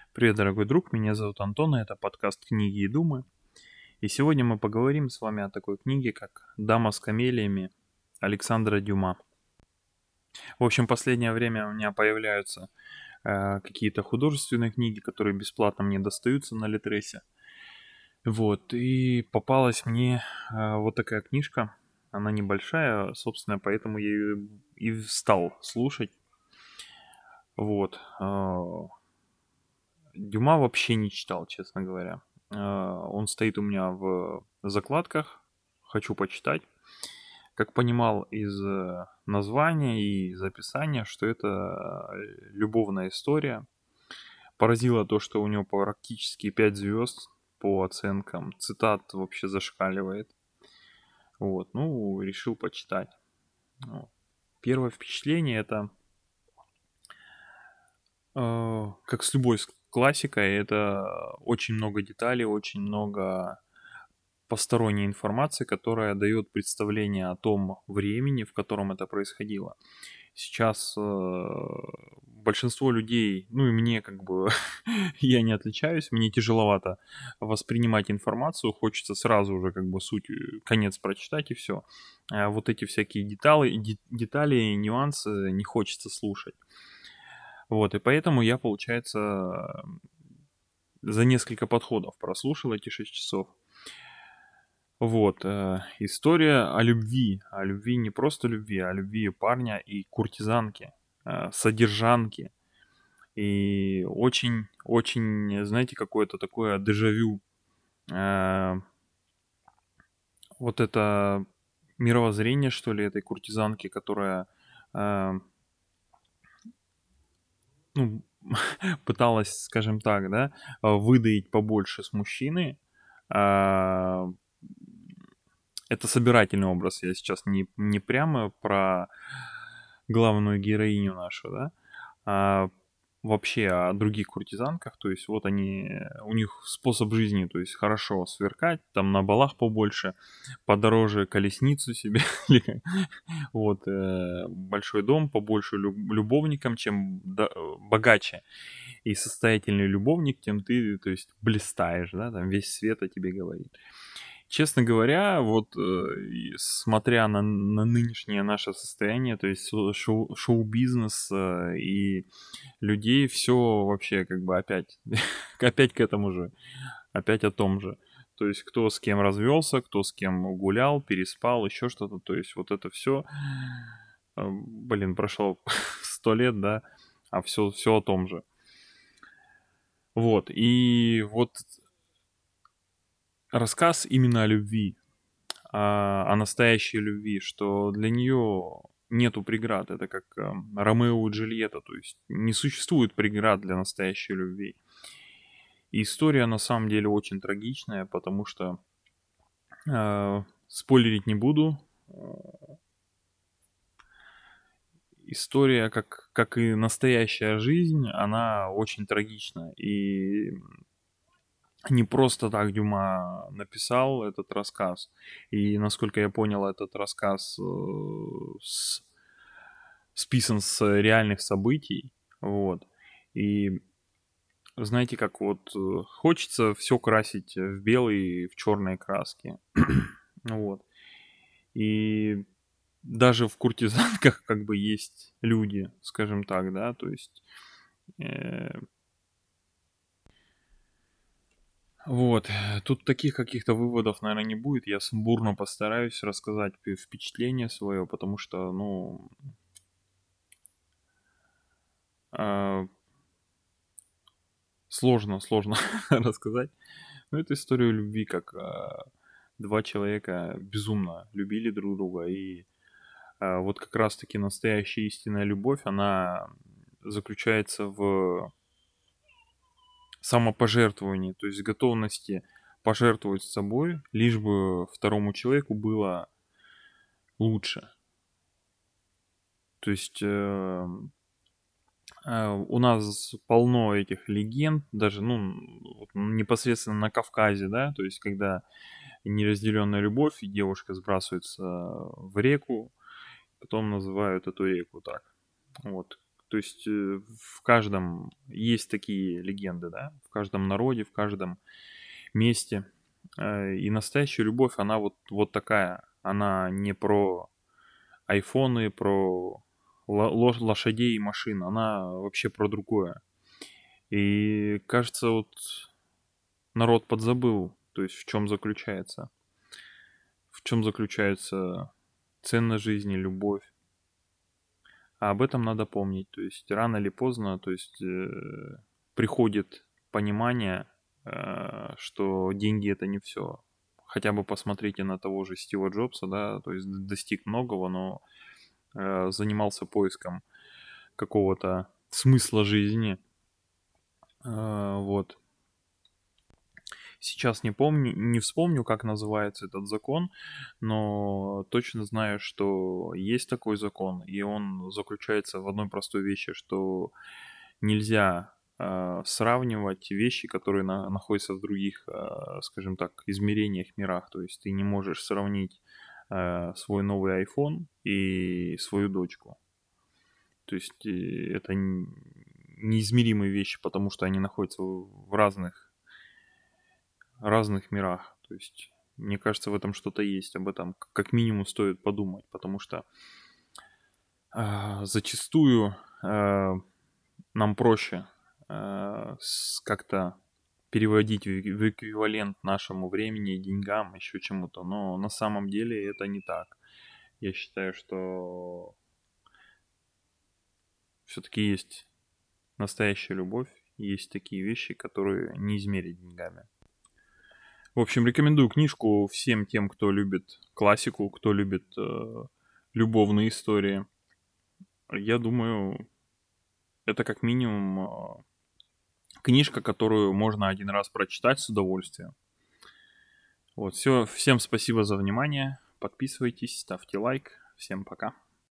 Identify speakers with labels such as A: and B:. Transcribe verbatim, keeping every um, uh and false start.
A: Привет, дорогой друг, меня зовут Антон, и это подкаст «Книги и думы». И сегодня мы поговорим с вами о такой книге, как «Дама с камелиями» Александра Дюма. В общем, последнее время у меня появляются э, какие-то художественные книги, которые бесплатно мне достаются на Литресе. Вот, и попалась мне э, вот такая книжка. Она небольшая, собственно, поэтому я ее и стал слушать. Вот. э, Дюма вообще не читал, честно говоря. А, Он стоит у меня в закладках. Хочу почитать. Как понимал из э, названия и из описания, что это э, любовная история. Поразило то, что у него практически пять звезд по оценкам. Цитат вообще зашкаливает. Вот, ну, решил почитать. Ну, Первое впечатление это, э, как с любой с- классикой, это очень много деталей, очень много посторонней информации, которая дает представление о том времени, в котором это происходило. Сейчас э, большинство людей, ну и мне как бы, я не отличаюсь, мне тяжеловато воспринимать информацию, хочется сразу уже как бы суть, э, конец прочитать и все. А вот эти всякие детали, де- детали, нюансы не хочется слушать. Вот, и поэтому я, получается, за несколько подходов прослушал эти шесть часов. Вот, э, история о любви, о любви не просто любви, а любви парня и куртизанки, э, содержанки. И очень, очень, знаете, какое-то такое дежавю. Э, вот это мировоззрение, что ли, этой куртизанки, которая, э, ну, пыталась, скажем так, да, э, выдаить побольше с мужчины. А, Это собирательный образ. Я сейчас не, не прямо про главную героиню нашу, да, а вообще о других куртизанках. То есть вот они, э, у них способ жизни, то есть хорошо сверкать, там на балах побольше, подороже колесницу себе, или как, вот, э, большой дом, побольше люб- любовникам, чем да- э, богаче и состоятельный любовник, тем ты, то есть, блистаешь, да, там весь свет о тебе говорит. Честно говоря, вот, э, и смотря на на нынешнее наше состояние, то есть со шоу шоу-бизнес, э, и людей, все вообще как бы опять опять к этому же, опять о том же. То есть кто с кем развелся, кто с кем гулял, переспал, еще что-то. То есть вот это все, блин, прошло сто лет, да, а все все о том же. Вот, и вот рассказ именно о любви. а, о настоящей любви, что для нее нету преград. Это как эм, Ромео и Джульетта, то есть не существует преград для настоящей любви. И история на самом деле очень трагичная, потому что э, спойлерить не буду. э, История, как, как и настоящая жизнь, она очень трагична. И не просто так Дюма написал этот рассказ. И, насколько я понял, этот рассказ э, с списан с реальных событий, вот. И знаете, как вот э, хочется все красить в белые, в черные краски, вот. И даже в куртизанках как бы есть люди, скажем так, да, то есть э, вот. Тут таких каких-то выводов, наверное, не будет. Я сумбурно постараюсь рассказать пе- впечатление свое, потому что, ну, а, сложно, сложно рассказать. Ну, это история любви, как а, два человека безумно любили друг друга. И а, вот как раз-таки настоящая истинная любовь, она заключается в самопожертвовании, то есть готовности пожертвовать собой, лишь бы второму человеку было лучше. То есть э, э, у нас полно этих легенд, даже ну, вот непосредственно на Кавказе, да, то есть когда неразделенная любовь, и девушка сбрасывается в реку, потом называют эту реку так. Вот. То есть э, в каждом есть такие легенды, да, в каждом народе, в каждом месте. Э, И настоящая любовь, она вот, вот такая. Она не про айфоны, про ло- ло- лошадей и машин. Она вообще про другое. И кажется, вот народ подзабыл, то есть в чем заключается. В чем заключается ценность жизни, любовь. А об этом надо помнить. То есть рано или поздно, то есть э, приходит понимание, э, что деньги это не все. Хотя бы посмотрите на того же Стива Джобса, да, то есть д- достиг многого, но э, занимался поиском какого-то смысла жизни. Э, вот. Сейчас не помню, не вспомню, как называется этот закон, но точно знаю, что есть такой закон, и он заключается в одной простой вещи, что нельзя а, сравнивать вещи, которые на- находятся в других, а, скажем так, измерениях, мирах. То есть ты не можешь сравнить а, свой новый iPhone и свою дочку. То есть э, это н- неизмеримые вещи, потому что они находятся в в разных разных мирах. То есть, мне кажется, в этом что-то есть. Об этом к- как минимум стоит подумать, потому что а, зачастую а, нам проще а, с- как-то переводить в, в эквивалент нашему времени, деньгам, еще чему-то. Но на самом деле это не так. Я считаю, что все-таки есть настоящая любовь, есть такие вещи, которые не измерить деньгами. В общем, рекомендую книжку всем тем, кто любит классику, кто любит э, любовные истории. Я думаю, это как минимум э, книжка, которую можно один раз прочитать с удовольствием. Вот, все, всем спасибо за внимание. Подписывайтесь, ставьте лайк. Всем пока.